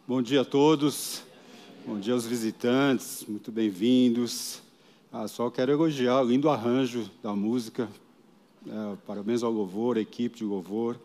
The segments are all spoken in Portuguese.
Bom dia a todos, bom dia aos visitantes, muito bem-vindos. Só quero elogiar o lindo arranjo da música, parabéns ao louvor, à equipe de louvor.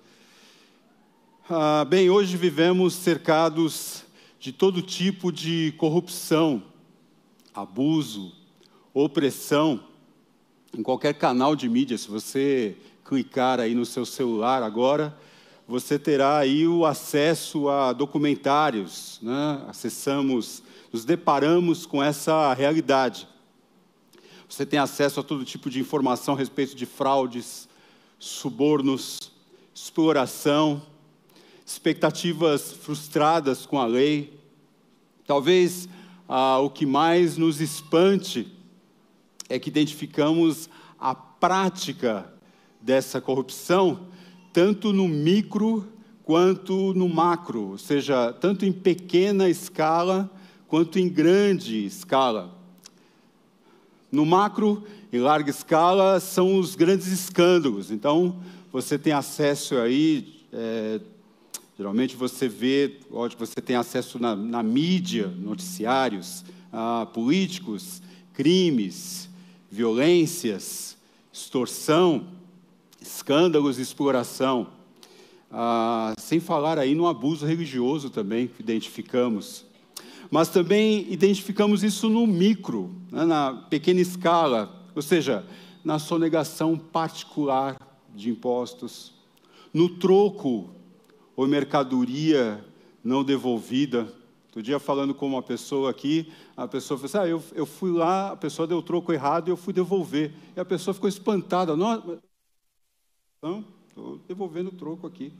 Bem, hoje vivemos cercados de todo tipo de corrupção, abuso, opressão, em qualquer canal de mídia. Se você clicar aí no seu celular agora, você terá aí o acesso a documentários, né? Nos deparamos com essa realidade. Você tem acesso a todo tipo de informação a respeito de fraudes, subornos, exploração, expectativas frustradas com a lei. Talvez o que mais nos espante é que identificamos a prática dessa corrupção tanto no micro quanto no macro, ou seja, tanto em pequena escala quanto em grande escala. No macro, em larga escala, são os grandes escândalos. Então, você tem acesso aí, geralmente você vê, lógico, você tem acesso na mídia, noticiários, políticos, crimes, violências, extorsão, escândalos e exploração, sem falar aí no abuso religioso também, que identificamos. Mas também identificamos isso no micro, né, na pequena escala, ou seja, na sonegação particular de impostos, no troco ou mercadoria não devolvida. Outro dia, falando com uma pessoa aqui, a pessoa falou assim, eu fui lá, a pessoa deu o troco errado e eu fui devolver. E a pessoa ficou espantada. Não, estou devolvendo o troco aqui.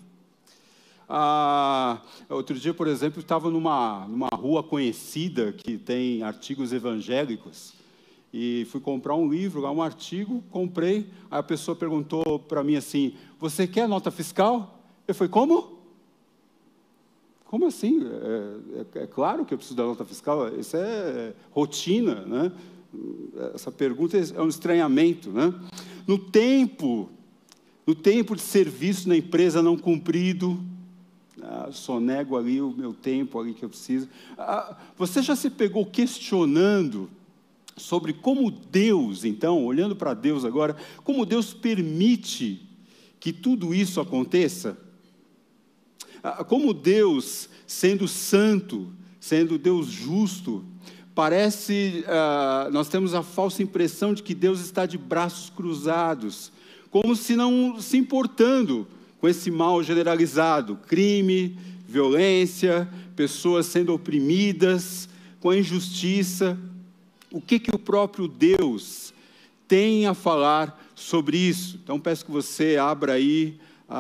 Outro dia, por exemplo, estava numa rua conhecida que tem artigos evangélicos e fui comprar um livro, lá um artigo, comprei. Aí a pessoa perguntou para mim assim, você quer nota fiscal? Eu falei, como? Como assim? É claro que eu preciso da nota fiscal, isso é rotina, né? Essa pergunta é um estranhamento, né? No tempo de serviço na empresa não cumprido, sonego ali o meu tempo ali que eu preciso. Você já se pegou questionando sobre como Deus, então, olhando para Deus agora, como Deus permite que tudo isso aconteça? Como Deus, sendo santo, sendo Deus justo, parece, nós temos a falsa impressão de que Deus está de braços cruzados, como se não se importando com esse mal generalizado, crime, violência, pessoas sendo oprimidas, com a injustiça. O que o próprio Deus tem a falar sobre isso? Então, peço que você abra aí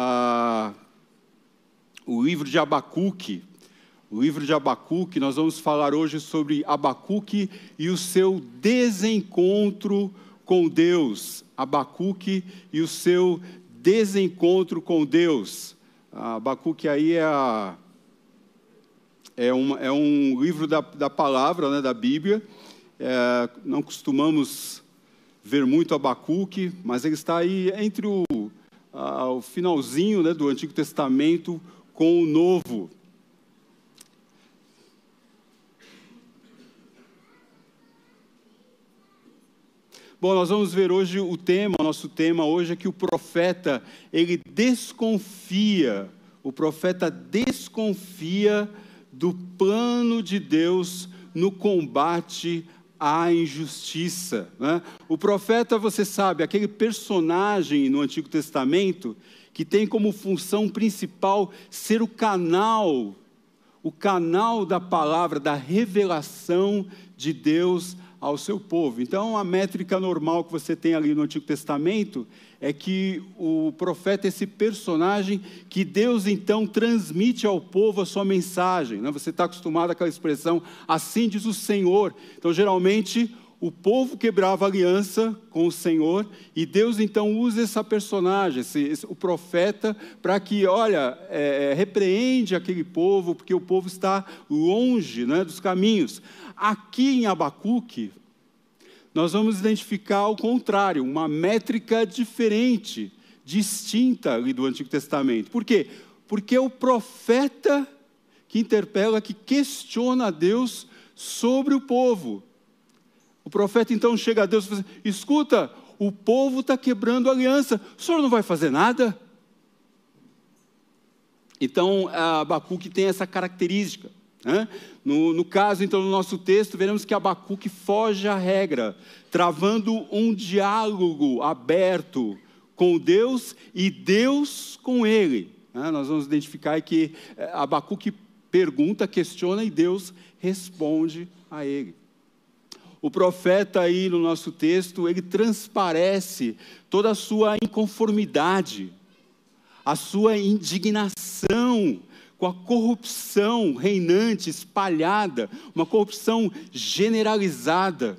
o livro de Abacuque. O livro de Abacuque, nós vamos falar hoje sobre Abacuque e o seu desencontro com Deus. Abacuque e o seu desencontro com Deus. Abacuque aí é um livro da palavra, né, da Bíblia. Não costumamos ver muito Abacuque, mas ele está aí entre o finalzinho, né, do Antigo Testamento com o Novo. Bom, nós vamos ver hoje o nosso tema hoje é que o profeta desconfia do plano de Deus no combate à injustiça, né? O profeta, você sabe, aquele personagem no Antigo Testamento que tem como função principal ser o canal da palavra, da revelação de Deus ao seu povo. Então, a métrica normal que você tem ali no Antigo Testamento é que o profeta é esse personagem que Deus, então, transmite ao povo a sua mensagem, né? Você está acostumado àquela expressão, assim diz o Senhor. Então, geralmente, o povo quebrava aliança com o Senhor e Deus, então, usa essa personagem, o profeta, para que, repreende aquele povo, porque o povo está longe, né, dos caminhos. Aqui em Abacuque, nós vamos identificar o contrário, uma métrica diferente, distinta ali do Antigo Testamento. Por quê? Porque o profeta que interpela, que questiona a Deus sobre o povo. O profeta então chega a Deus e fala assim: escuta, o povo está quebrando a aliança, o senhor não vai fazer nada? Então, Abacuque tem essa característica, né? No caso, então, do nosso texto, veremos que Abacuque foge à regra, travando um diálogo aberto com Deus e Deus com ele. Nós vamos identificar que Abacuque pergunta, questiona e Deus responde a ele. O profeta aí no nosso texto, ele transparece toda a sua inconformidade, a sua indignação com a corrupção reinante, espalhada, uma corrupção generalizada.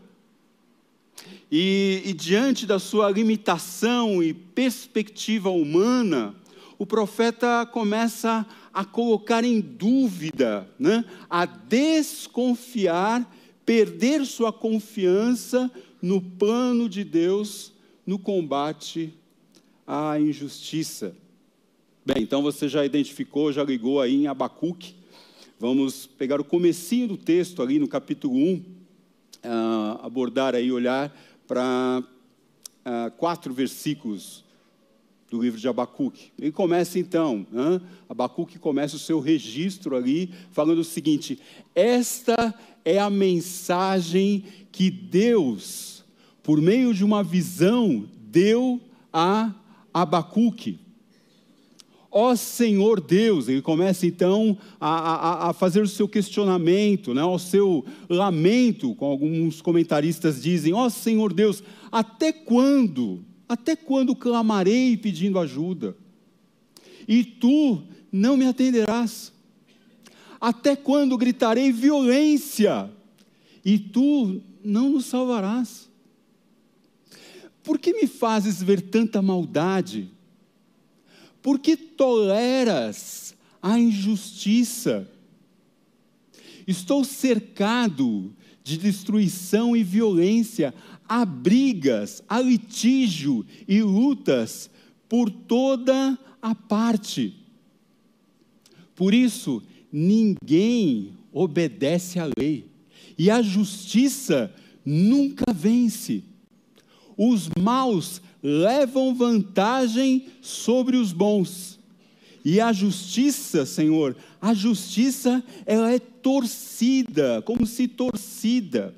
E diante da sua limitação e perspectiva humana, o profeta começa a colocar em dúvida, né? A desconfiar, perder sua confiança no plano de Deus no combate à injustiça. Bem, então você já identificou, já ligou aí em Abacuque. Vamos pegar o comecinho do texto ali no capítulo 1, abordar aí, olhar para 4 versículos do livro de Abacuque. Ele começa então, Abacuque começa o seu registro ali, falando o seguinte: esta é a mensagem que Deus, por meio de uma visão, deu a Abacuque. Ó Senhor Deus, ele começa então a fazer o seu questionamento, né, o seu lamento, como alguns comentaristas dizem: ó Senhor Deus, até quando clamarei pedindo ajuda? E tu não me atenderás? Até quando gritarei violência? E tu não nos salvarás? Por que me fazes ver tanta maldade? Por que toleras a injustiça? Estou cercado de destruição e violência, há brigas, há litígio e lutas por toda a parte. Por isso, ninguém obedece à lei, e a justiça nunca vence. Os maus levam vantagem sobre os bons, e a justiça, Senhor, a justiça, ela é torcida, como se torcida.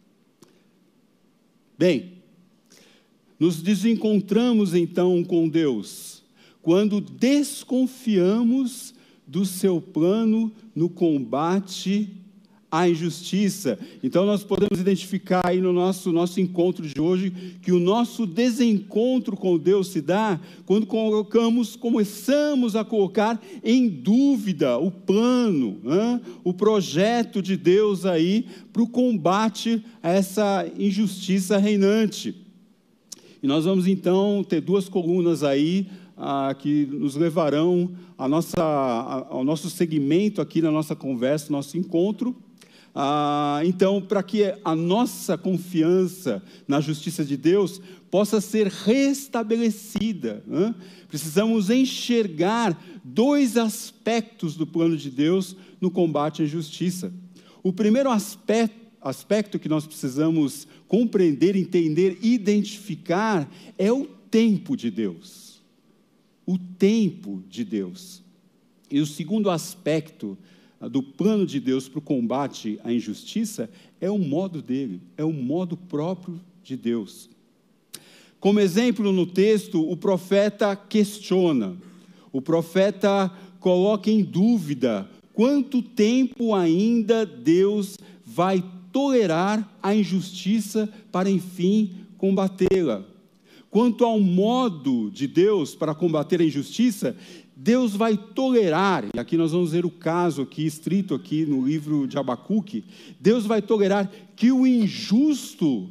Bem, nos desencontramos então com Deus, quando desconfiamos do seu plano no combate à injustiça. Então nós podemos identificar aí no nosso encontro de hoje, que o nosso desencontro com Deus se dá quando começamos a colocar em dúvida o plano, o projeto de Deus aí para o combate a essa injustiça reinante. E nós vamos então ter 2 colunas aí, que nos levarão ao nosso segmento aqui na nossa conversa, nosso encontro. Então, para que a nossa confiança na justiça de Deus possa ser restabelecida, precisamos enxergar 2 aspectos do plano de Deus no combate à injustiça. O primeiro aspecto que nós precisamos compreender, entender, identificar é o tempo de Deus. O tempo de Deus. E o segundo aspecto do plano de Deus para o combate à injustiça é o modo dele, é o modo próprio de Deus. Como exemplo no texto, o profeta questiona, o profeta coloca em dúvida quanto tempo ainda Deus vai tolerar a injustiça para, enfim, combatê-la. Quanto ao modo de Deus para combater a injustiça, Deus vai tolerar, e aqui nós vamos ver o caso aqui, escrito aqui no livro de Abacuque, Deus vai tolerar que o injusto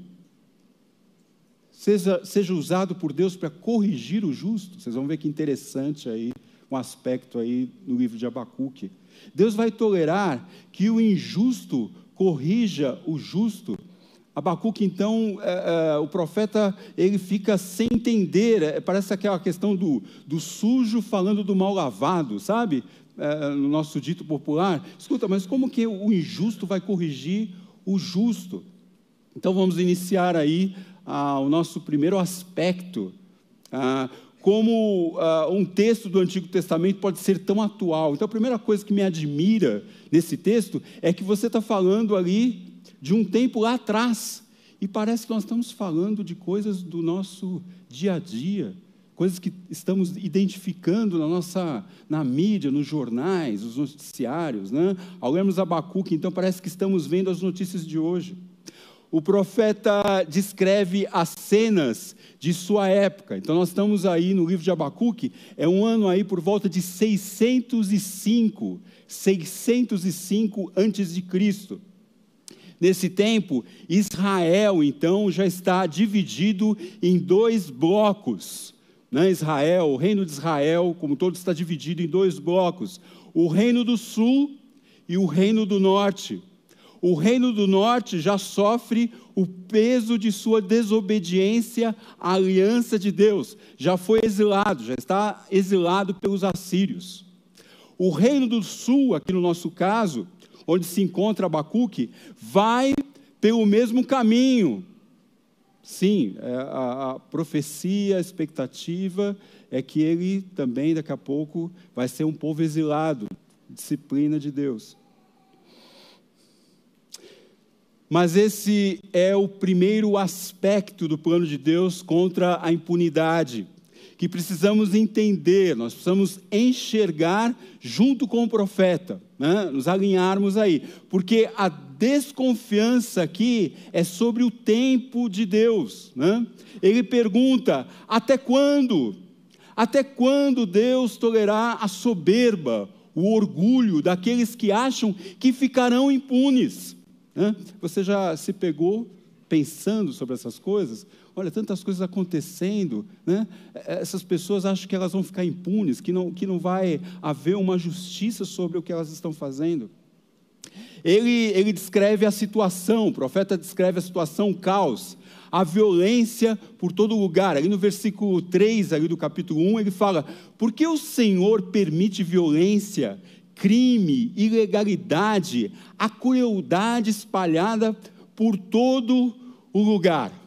seja usado por Deus para corrigir o justo. Vocês vão ver que interessante aí, um aspecto aí no livro de Abacuque. Deus vai tolerar que o injusto corrija o justo, Abacuque, então, o profeta, ele fica sem entender, parece aquela questão do sujo falando do mal lavado, sabe? No nosso dito popular. Escuta, mas como que o injusto vai corrigir o justo? Então, vamos iniciar aí o nosso primeiro aspecto, como um texto do Antigo Testamento pode ser tão atual. Então, a primeira coisa que me admira nesse texto é que você está falando ali de um tempo lá atrás, e parece que nós estamos falando de coisas do nosso dia a dia, coisas que estamos identificando na mídia, nos jornais, nos noticiários, né? Ao lermos Abacuque, então parece que estamos vendo as notícias de hoje. O profeta descreve as cenas de sua época. Então nós estamos aí no livro de Abacuque, é um ano aí por volta de 605 antes de Cristo. Nesse tempo, Israel, então, já está dividido em 2 blocos. Né? Israel, o reino de Israel, como todo, está dividido em 2 blocos. O reino do sul e o reino do norte. O reino do norte já sofre o peso de sua desobediência à aliança de Deus. Já foi exilado, já está exilado pelos assírios. O reino do sul, aqui no nosso caso, onde se encontra Abacuque, vai pelo mesmo caminho. Sim, a profecia, a expectativa é que ele também, daqui a pouco, vai ser um povo exilado, disciplina de Deus. Mas esse é o primeiro aspecto do plano de Deus contra a impunidade, que precisamos entender, nós precisamos enxergar junto com o profeta, né? Nos alinharmos aí, porque a desconfiança aqui é sobre o tempo de Deus, né? Ele pergunta, até quando? Até quando Deus tolerará a soberba, o orgulho daqueles que acham que ficarão impunes? Né? Você já se pegou pensando sobre essas coisas? Olha, tantas coisas acontecendo, né? Essas pessoas acham que elas vão ficar impunes, que não vai haver uma justiça sobre o que elas estão fazendo. Ele descreve a situação, o profeta descreve a situação, o caos, a violência por todo lugar. Ali no versículo 3 ali do capítulo 1, ele fala, por que o Senhor permite violência, crime, ilegalidade, a crueldade espalhada por todo o lugar?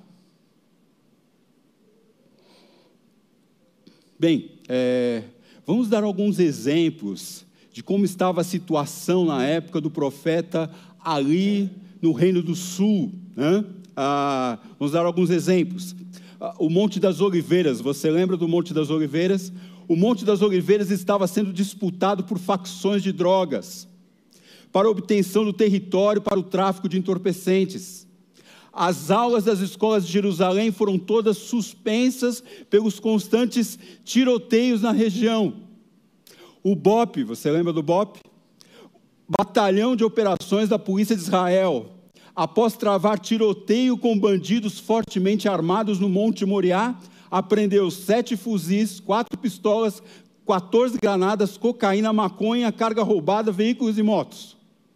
Bem, vamos dar alguns exemplos de como estava a situação na época do profeta ali no Reino do Sul, né? Vamos dar alguns exemplos. O Monte das Oliveiras, você lembra do Monte das Oliveiras? O Monte das Oliveiras estava sendo disputado por facções de drogas, para a obtenção do território para o tráfico de entorpecentes. As aulas das escolas de Jerusalém foram todas suspensas pelos constantes tiroteios na região. O BOP, você lembra do BOP? Batalhão de Operações da Polícia de Israel, após travar tiroteio com bandidos fortemente armados no Monte Moriá, apreendeu 7 fuzis, 4 pistolas, 14 granadas, cocaína, maconha, carga roubada, veículos e motos.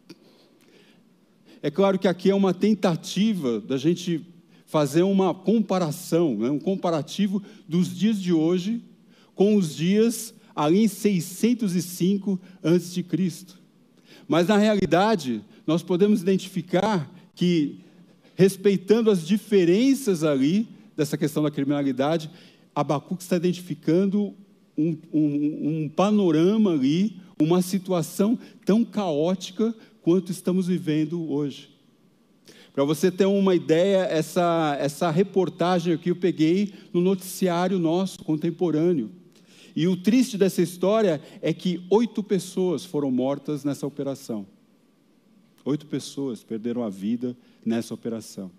É claro que aqui é uma tentativa da gente fazer uma comparação, né, um comparativo dos dias de hoje com os dias ali em 605 a.C. Mas, na realidade, nós podemos identificar que, respeitando as diferenças ali, dessa questão da criminalidade, Abacuque está identificando um panorama ali, uma situação tão caótica quanto estamos vivendo hoje. Para você ter uma ideia, essa reportagem aqui eu peguei no noticiário nosso, contemporâneo. E o triste dessa história é que 8 pessoas foram mortas nessa operação. 8 pessoas perderam a vida nessa operação.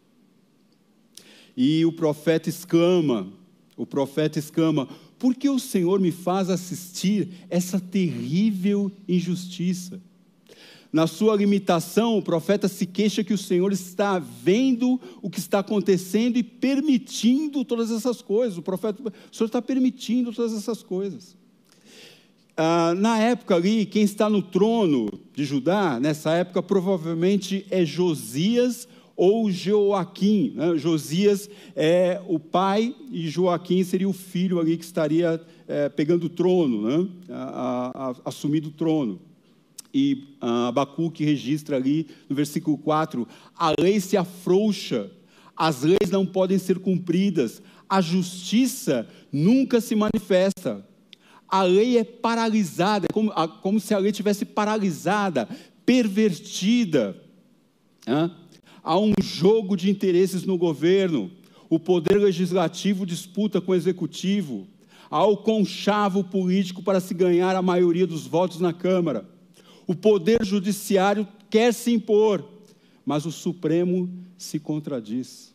E o profeta exclama, por que o Senhor me faz assistir essa terrível injustiça? Na sua limitação, o profeta se queixa que o Senhor está vendo o que está acontecendo e permitindo todas essas coisas. O Senhor está permitindo todas essas coisas. Na época ali, quem está no trono de Judá, nessa época, provavelmente é Josias ou Joaquim, né? Josias é o pai e Joaquim seria o filho ali que estaria pegando o trono, né? Assumindo o trono. E Abacuque registra ali no versículo 4, a lei se afrouxa, as leis não podem ser cumpridas, a justiça nunca se manifesta. A lei é paralisada, é como se a lei tivesse paralisada, pervertida. Há um jogo de interesses no governo, o poder legislativo disputa com o executivo, há o conchavo político para se ganhar a maioria dos votos na Câmara. O poder judiciário quer se impor, mas o Supremo se contradiz.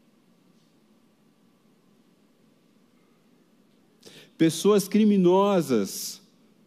Pessoas criminosas,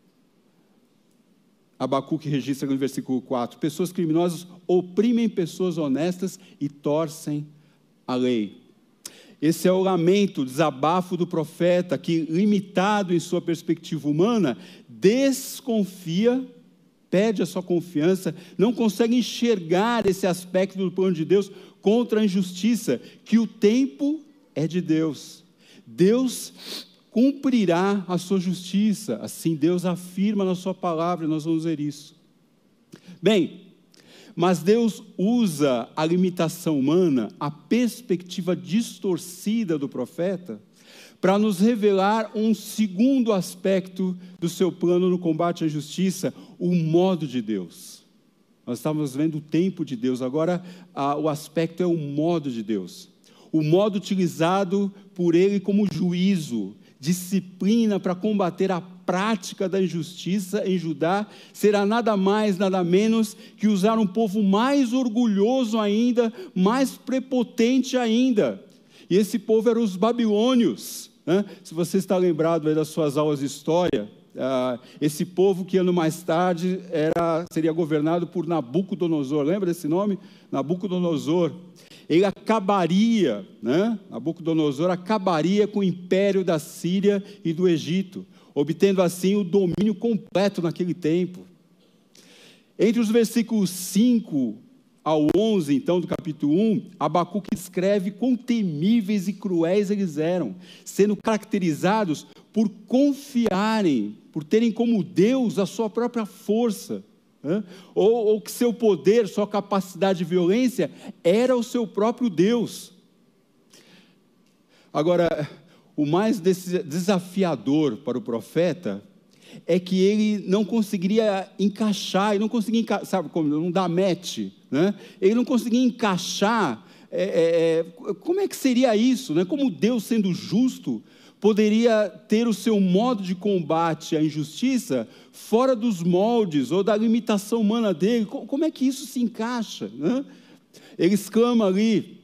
Abacuque registra no versículo 4, pessoas criminosas oprimem pessoas honestas e torcem a lei. Esse é o lamento, o desabafo do profeta, que, limitado em sua perspectiva humana, desconfia, perde a sua confiança, não consegue enxergar esse aspecto do plano de Deus contra a injustiça, que o tempo é de Deus. Deus cumprirá a sua justiça, assim Deus afirma na sua palavra, e nós vamos ver isso. Bem, mas Deus usa a limitação humana, a perspectiva distorcida do profeta, para nos revelar um segundo aspecto do seu plano no combate à injustiça, o modo de Deus. Nós estávamos vendo o tempo de Deus, agora o aspecto é o modo de Deus. O modo utilizado por Ele como juízo, disciplina para combater a prática da injustiça em Judá, será nada mais, nada menos que usar um povo mais orgulhoso ainda, mais prepotente ainda. E esse povo eram os babilônios, né? Se você está lembrado aí das suas aulas de história, esse povo que anos mais tarde seria governado por Nabucodonosor, lembra desse nome? Nabucodonosor. Ele acabaria, né? Nabucodonosor acabaria com o império da Síria e do Egito, obtendo assim o domínio completo naquele tempo. Entre os versículos 5 ao 11, então, do capítulo 1, Abacuque escreve quão temíveis e cruéis eles eram, sendo caracterizados por confiarem, por terem como Deus a sua própria força, ou que seu poder, sua capacidade de violência era o seu próprio Deus. Agora, o mais desafiador para o profeta é que ele não conseguiria encaixar, ele não conseguia, sabe como, não dá match, né? Ele não conseguia encaixar, como é que seria isso, né? Como Deus, sendo justo, poderia ter o seu modo de combate à injustiça fora dos moldes ou da limitação humana dele. Como é que isso se encaixa, né? Ele exclama ali,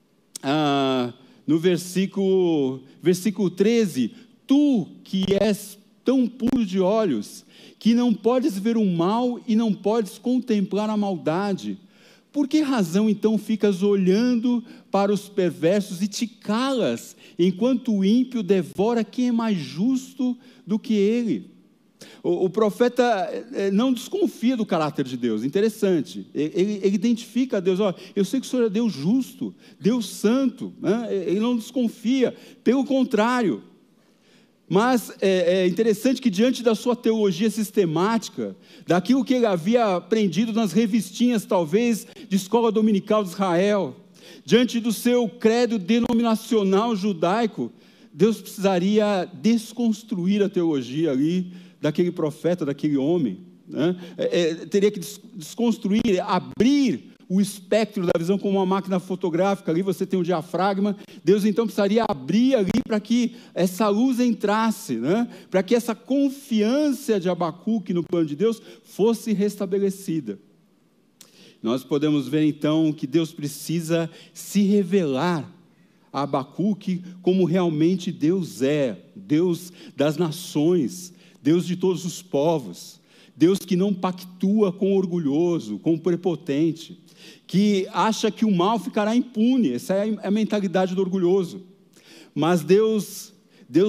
no versículo 13, tu que és tão puro de olhos, que não podes ver o mal e não podes contemplar a maldade, por que razão então ficas olhando para os perversos e te calas, enquanto o ímpio devora quem é mais justo do que ele? O profeta não desconfia do caráter de Deus, interessante, ele identifica a Deus, eu sei que o Senhor é Deus justo, Deus santo, né? Ele não desconfia, pelo contrário. Mas é interessante que, diante da sua teologia sistemática, daquilo que ele havia aprendido nas revistinhas, talvez, de escola dominical de Israel, diante do seu credo denominacional judaico, Deus precisaria desconstruir a teologia ali, daquele profeta, daquele homem, né? Teria que desconstruir, abrir o espectro da visão como uma máquina fotográfica, ali você tem um diafragma, Deus então precisaria abrir ali para que essa luz entrasse, né? Para que essa confiança de Abacuque no plano de Deus fosse restabelecida. Nós podemos ver então que Deus precisa se revelar a Abacuque como realmente Deus é, Deus das nações, Deus de todos os povos, Deus que não pactua com o orgulhoso, com o prepotente, que acha que o mal ficará impune. Essa é a mentalidade do orgulhoso. Mas Deus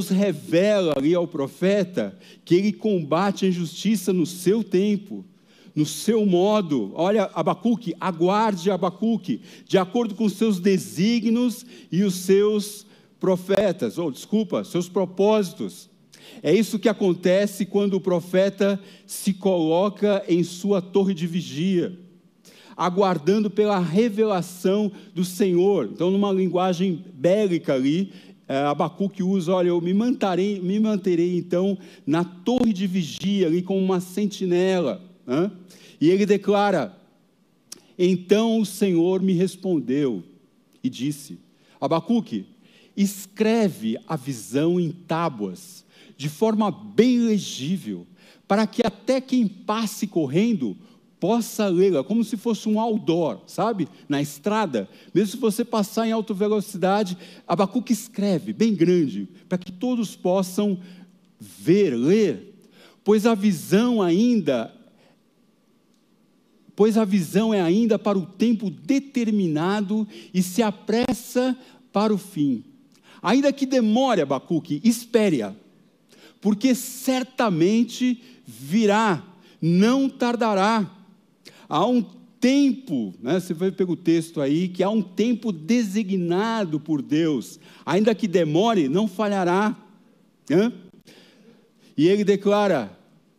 revela ali ao profeta que ele combate a injustiça no seu tempo, no seu modo. Olha, Abacuque, aguarde Abacuque, de acordo com os seus desígnios e os seus seus propósitos. É isso que acontece quando o profeta se coloca em sua torre de vigia, aguardando pela revelação do Senhor. Então, numa linguagem bélica ali, Abacuque usa, olha, eu me manterei então na torre de vigia, ali como uma sentinela. E ele declara: então o Senhor me respondeu e disse: Abacuque, escreve a visão em tábuas, de forma bem legível, para que até quem passe correndo possa lê-la, como se fosse um outdoor, sabe? Na estrada, mesmo se você passar em alta velocidade, Abacuque escreve bem grande, para que todos possam ler, pois a visão é ainda para o tempo determinado e se apressa para o fim. Ainda que demore, Abacuque, espere-a, porque certamente virá, não tardará. Há um tempo, você vai pegar o texto aí, que há um tempo designado por Deus, ainda que demore, não falhará. E ele declara: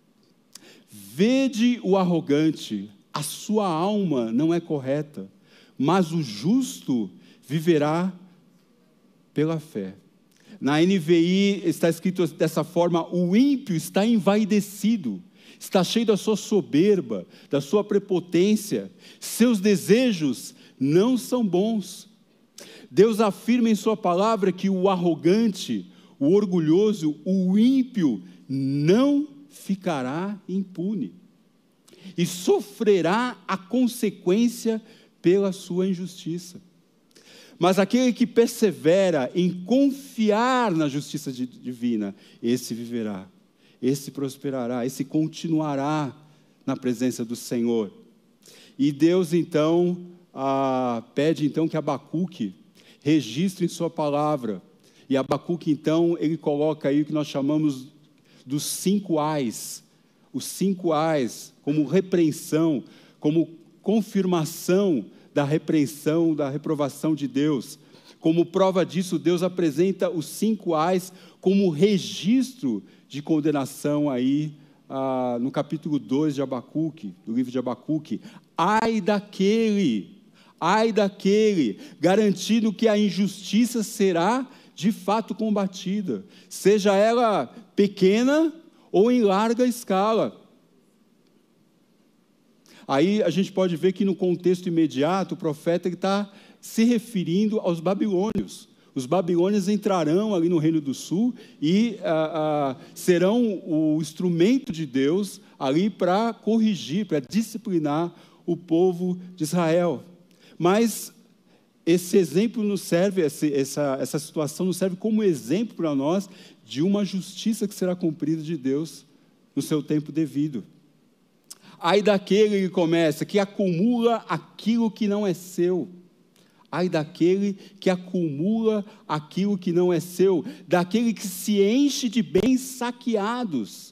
vede o arrogante, a sua alma não é correta, mas o justo viverá pela fé. Na NVI está escrito dessa forma: o ímpio está envaidecido, está cheio da sua soberba, da sua prepotência, seus desejos não são bons. Deus afirma em sua palavra que o arrogante, o orgulhoso, o ímpio não ficará impune e sofrerá a consequência pela sua injustiça. Mas aquele que persevera em confiar na justiça divina, esse viverá, esse prosperará, esse continuará na presença do Senhor. E Deus então pede então que Abacuque registre em sua palavra. E Abacuque então ele coloca aí o que nós chamamos dos 5 ais, os 5 ais como repreensão, como confirmação da repreensão, da reprovação de Deus. Como prova disso, Deus apresenta os 5 ais como registro de condenação aí, no capítulo 2 de Abacuque, do livro de Abacuque. Ai daquele, garantindo que a injustiça será de fato combatida, seja ela pequena ou em larga escala. Aí a gente pode ver que no contexto imediato, o profeta está se referindo aos babilônios. Os babilônios entrarão ali no Reino do Sul e serão o instrumento de Deus ali para corrigir, para disciplinar o povo de Israel. Mas esse exemplo nos serve, essa situação nos serve como exemplo para nós de uma justiça que será cumprida de Deus no seu tempo devido. Ai daquele que começa, que acumula aquilo que não é seu. Ai daquele que acumula aquilo que não é seu, daquele que se enche de bens saqueados.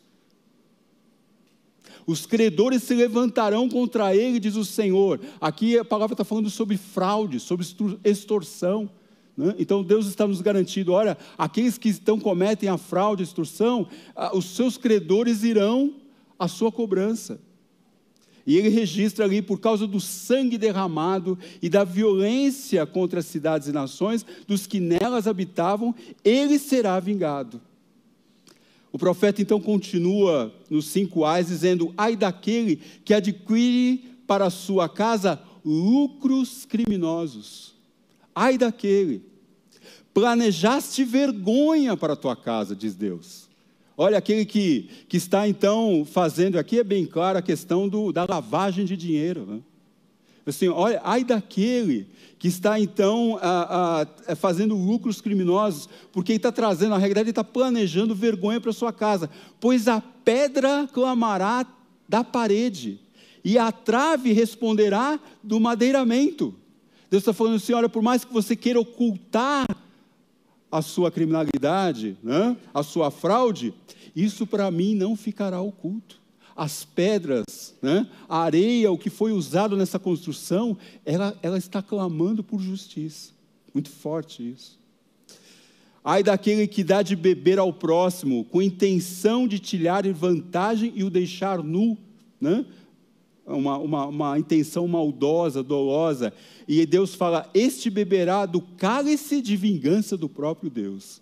Os credores se levantarão contra ele, diz o Senhor. Aqui a palavra está falando sobre fraude, sobre extorsão. Então Deus está nos garantindo, olha, aqueles que cometem a fraude, a extorsão, os seus credores irão à sua cobrança. E ele registra ali, por causa do sangue derramado e da violência contra as cidades e nações, dos que nelas habitavam, ele será vingado. O profeta então continua nos 5 ais, dizendo: ai daquele que adquire para a sua casa lucros criminosos. Ai daquele, planejaste vergonha para a tua casa, diz Deus. Olha, aquele que está então fazendo, aqui é bem claro a questão da lavagem de dinheiro. Assim, olha, ai daquele que está então fazendo lucros criminosos, porque ele está trazendo, na realidade ele está planejando vergonha para a sua casa, pois a pedra clamará da parede, e a trave responderá do madeiramento. Deus está falando assim, olha, por mais que você queira ocultar a sua criminalidade, a sua fraude, isso para mim não ficará oculto. as pedras, né? A areia, o que foi usado nessa construção, ela está clamando por justiça. Muito forte isso. Ai daquele que dá de beber ao próximo, com intenção de tirar vantagem e o deixar nu, né? Uma intenção maldosa, dolosa. E Deus fala, este beberá do cálice de vingança do próprio Deus.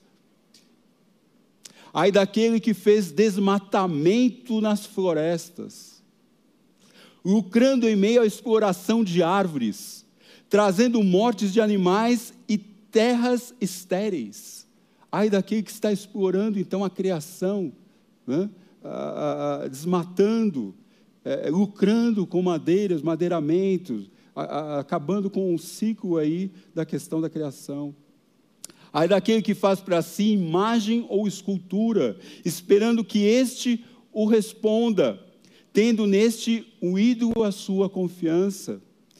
Ai daquele que fez desmatamento nas florestas, lucrando em meio à exploração de árvores, trazendo mortes de animais e terras estéreis. Ai daquele que está explorando então a criação, né? Desmatando, lucrando com madeiras, madeiramentos, acabando com o ciclo aí da questão da criação. Ai daquele que faz para si imagem ou escultura, esperando que este o responda, tendo neste o ídolo a sua confiança.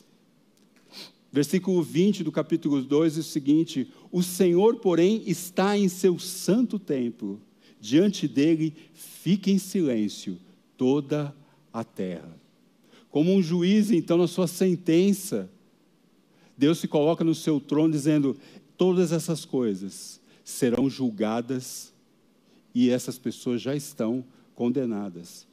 Versículo 20 do capítulo 2 diz o seguinte: o Senhor, porém, está em seu santo templo, diante dele fica em silêncio toda a terra. Como um juiz, então, na sua sentença, Deus se coloca no seu trono dizendo, todas essas coisas serão julgadas e essas pessoas já estão condenadas.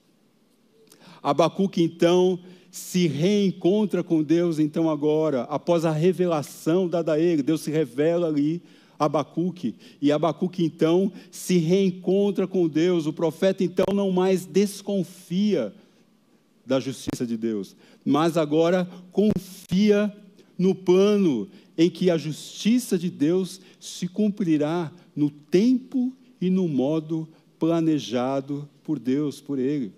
Abacuque, então, se reencontra com Deus, então agora, após a revelação dada a ele, Deus se revela ali a Abacuque, e Abacuque, então, se reencontra com Deus. O profeta, então, não mais desconfia da justiça de Deus, mas agora confia no plano em que a justiça de Deus se cumprirá no tempo e no modo planejado por Deus, por Ele.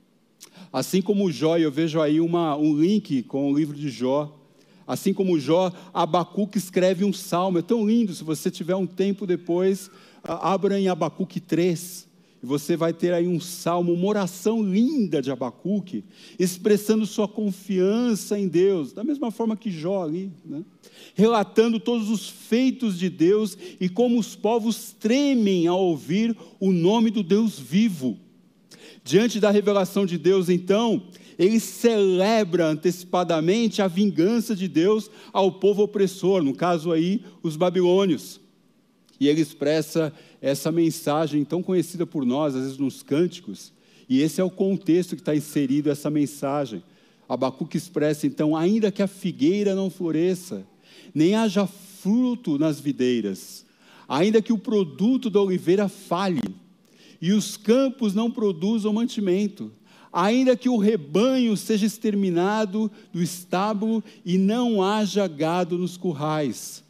Assim como Jó, eu vejo aí um link com o livro de Jó, assim como Jó, Abacuque escreve um salmo, é tão lindo, se você tiver um tempo depois, abra em Abacuque 3, e você vai ter aí um salmo, uma oração linda de Abacuque, expressando sua confiança em Deus, da mesma forma que Jó ali, né? Relatando todos os feitos de Deus e como os povos tremem ao ouvir o nome do Deus vivo. Diante da revelação de Deus, então, ele celebra antecipadamente a vingança de Deus ao povo opressor, no caso aí, os babilônios. E ele expressa essa mensagem tão conhecida por nós, às vezes nos cânticos, e esse é o contexto que está inserido essa mensagem. Abacuque expressa, então, ainda que a figueira não floresça, nem haja fruto nas videiras, ainda que o produto da oliveira falhe, e os campos não produzam mantimento, ainda que o rebanho seja exterminado do estábulo e não haja gado nos currais,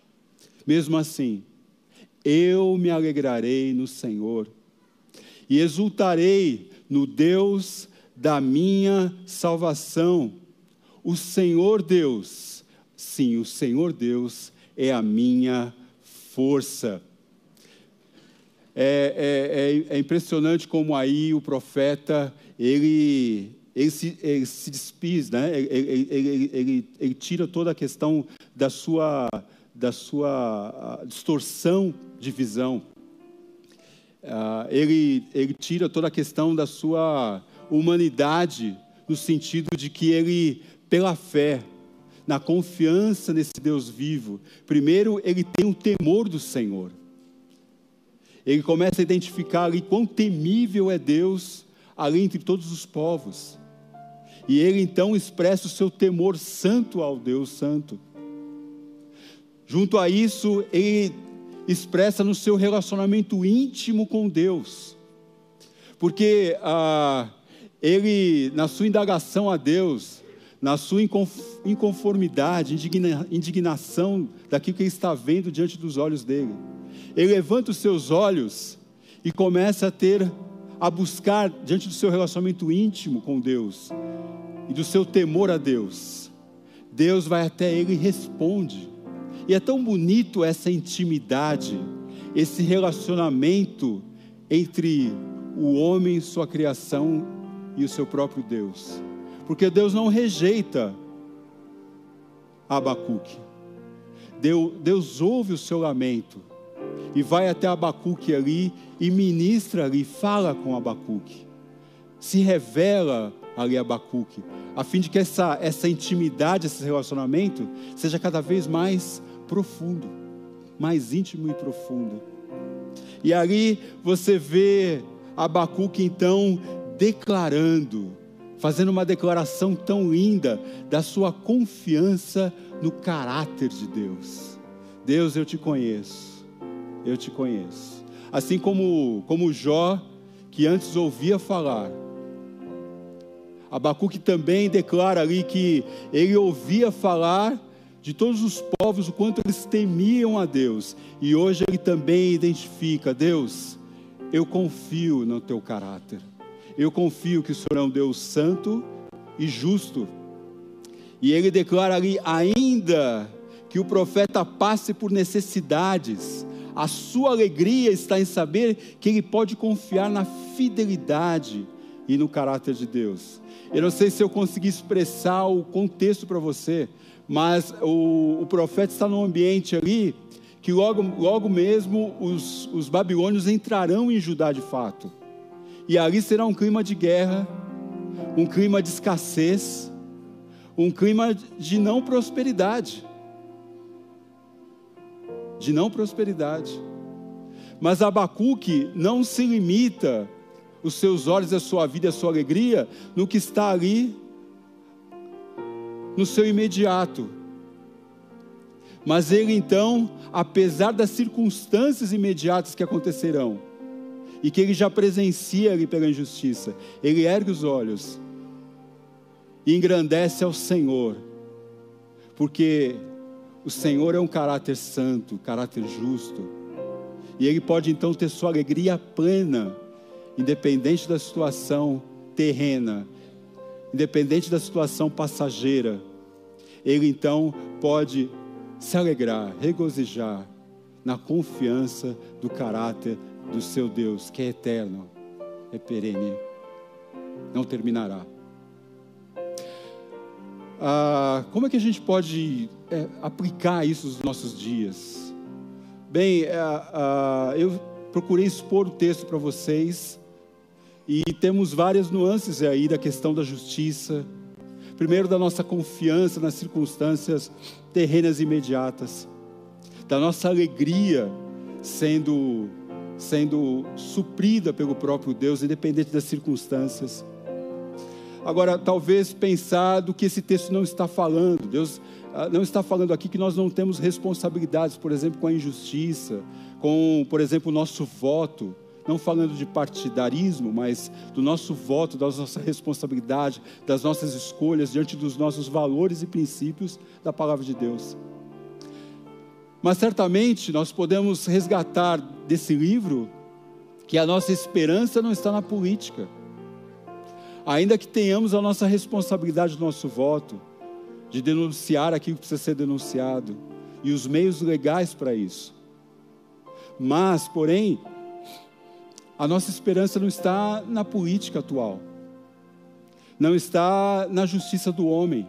mesmo assim, eu me alegrarei no Senhor, e exultarei no Deus da minha salvação. O Senhor Deus, sim, o Senhor Deus é a minha força. É impressionante como aí o profeta, ele se despiz, né? Ele tira toda a questão da sua distorção de visão. Ele tira toda a questão da sua humanidade, no sentido de que ele, pela fé, na confiança nesse Deus vivo, primeiro ele tem o temor do Senhor. Ele começa a identificar ali quão temível é Deus ali entre todos os povos. E ele então expressa o seu temor santo ao Deus Santo. Junto a isso, ele expressa no seu relacionamento íntimo com Deus. Porque ele, na sua indagação a Deus, na sua inconformidade, indignação daquilo que ele está vendo diante dos olhos dele, ele levanta os seus olhos e começa a buscar, diante do seu relacionamento íntimo com Deus, e do seu temor a Deus, Deus vai até ele e responde. E é tão bonito essa intimidade, esse relacionamento entre o homem, sua criação e o seu próprio Deus. Porque Deus não rejeita Abacuque. Deus ouve o seu lamento e vai até Abacuque ali e ministra ali, fala com Abacuque. se revela ali a Abacuque, a fim de que essa intimidade, esse relacionamento, seja cada vez mais profundo, mais íntimo e profundo. E ali você vê Abacuque então declarando, fazendo uma declaração tão linda da sua confiança no caráter de Deus. Deus, eu te conheço, eu te conheço. Assim como Jó, que antes ouvia falar, Abacuque também declara ali que ele ouvia falar de todos os povos, o quanto eles temiam a Deus. E hoje ele também identifica: Deus, eu confio no teu caráter. Eu confio que o Senhor é um Deus santo e justo. E ele declara ali: ainda que o profeta passe por necessidades, a sua alegria está em saber que ele pode confiar na fidelidade e no caráter de Deus. Eu não sei se eu consegui expressar o contexto para você, mas o profeta está num ambiente ali que logo mesmo os babilônios entrarão em Judá de fato. E ali será um clima de guerra, um clima de escassez, um clima de não prosperidade. De não prosperidade. Mas Abacuque não se limita os seus olhos, a sua vida, a sua alegria no que está ali no seu imediato. Mas ele então, apesar das circunstâncias imediatas que acontecerão, e que ele já presencia ali pela injustiça, ele ergue os olhos e engrandece ao Senhor, porque o Senhor é um caráter santo, caráter justo, e ele pode então ter sua alegria plena, independente da situação terrena, independente da situação passageira. Ele então pode se alegrar, regozijar na confiança do caráter do seu Deus, que é eterno, é perene, não terminará. Como é que a gente pode aplicar isso nos nossos dias? Bem, eu procurei expor o texto para vocês, e temos várias nuances aí da questão da justiça. Primeiro, da nossa confiança nas circunstâncias terrenas imediatas, da nossa alegria sendo suprida pelo próprio Deus, independente das circunstâncias. Agora, talvez pensar do que esse texto não está falando. Deus não está falando aqui que nós não temos responsabilidades, por exemplo, com a injustiça, com, por exemplo, o nosso voto. Não falando de partidarismo, mas do nosso voto, da nossa responsabilidade, das nossas escolhas diante dos nossos valores e princípios da palavra de Deus. Mas certamente nós podemos resgatar desse livro que a nossa esperança não está na política. Ainda que tenhamos a nossa responsabilidade do nosso voto, de denunciar aquilo que precisa ser denunciado, e os meios legais para isso. Mas, porém, a nossa esperança não está na política atual, não está na justiça do homem.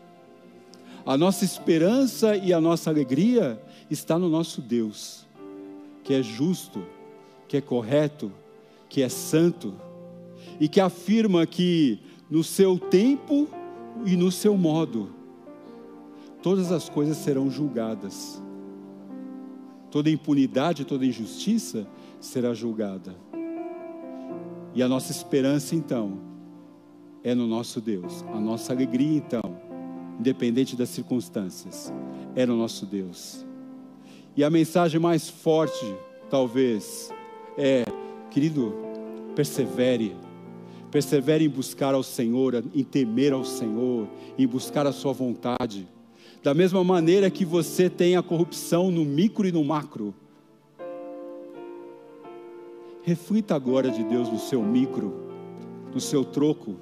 A nossa esperança e a nossa alegria está no nosso Deus, que é justo, que é correto, que é santo, e que afirma que no seu tempo e no seu modo, todas as coisas serão julgadas. Toda impunidade, toda injustiça será julgada. E a nossa esperança, então, é no nosso Deus. A nossa alegria, então, independente das circunstâncias, é no nosso Deus. E a mensagem mais forte, talvez, é: querido, persevere em buscar ao Senhor, em temer ao Senhor, em buscar a sua vontade. Da mesma maneira que você tem a corrupção no micro e no macro, reflita a glória de Deus no seu micro, no seu troco,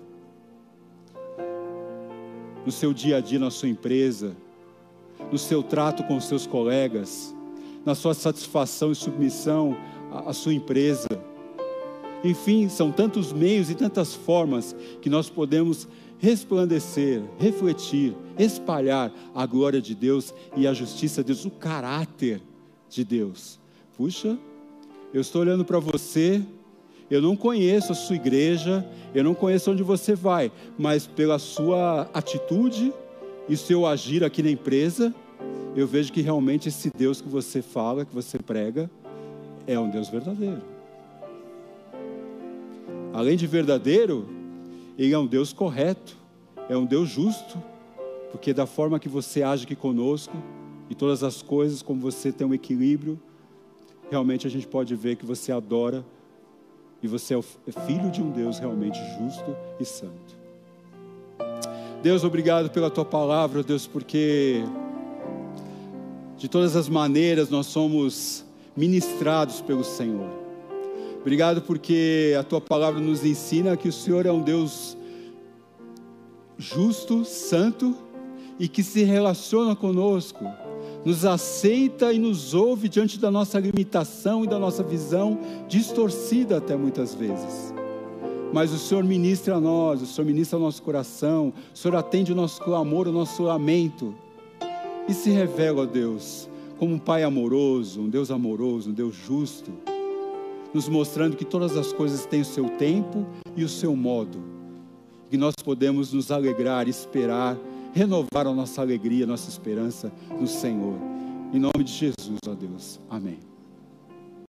no seu dia a dia, na sua empresa, no seu trato com os seus colegas, na sua satisfação e submissão à sua empresa. Enfim, são tantos meios e tantas formas que nós podemos resplandecer, refletir, espalhar a glória de Deus e a justiça de Deus, o caráter de Deus. Puxa, eu estou olhando para você Eu não conheço a sua igreja, eu não conheço onde você vai, mas pela sua atitude e seu agir aqui na empresa, eu vejo que realmente esse Deus que você fala, que você prega, é um Deus verdadeiro. Além de verdadeiro, Ele é um Deus correto, é um Deus justo, porque da forma que você age aqui conosco, e todas as coisas, como você tem um equilíbrio, realmente a gente pode ver que você adora, e você é filho de um Deus realmente justo e santo. Deus, obrigado pela Tua palavra, Deus, porque de todas as maneiras nós somos ministrados pelo Senhor. Obrigado porque a Tua palavra nos ensina que o Senhor é um Deus justo, santo, e que se relaciona conosco, nos aceita e nos ouve diante da nossa limitação e da nossa visão distorcida até muitas vezes. Mas o Senhor ministra a nós, o Senhor ministra ao nosso coração, o Senhor atende o nosso clamor, o nosso lamento, e se revela, ó Deus, como um Pai amoroso, um Deus justo, nos mostrando que todas as coisas têm o seu tempo e o seu modo, que nós podemos nos alegrar, esperar, renovar a nossa alegria, a nossa esperança no Senhor. Em nome de Jesus, ó Deus. Amém.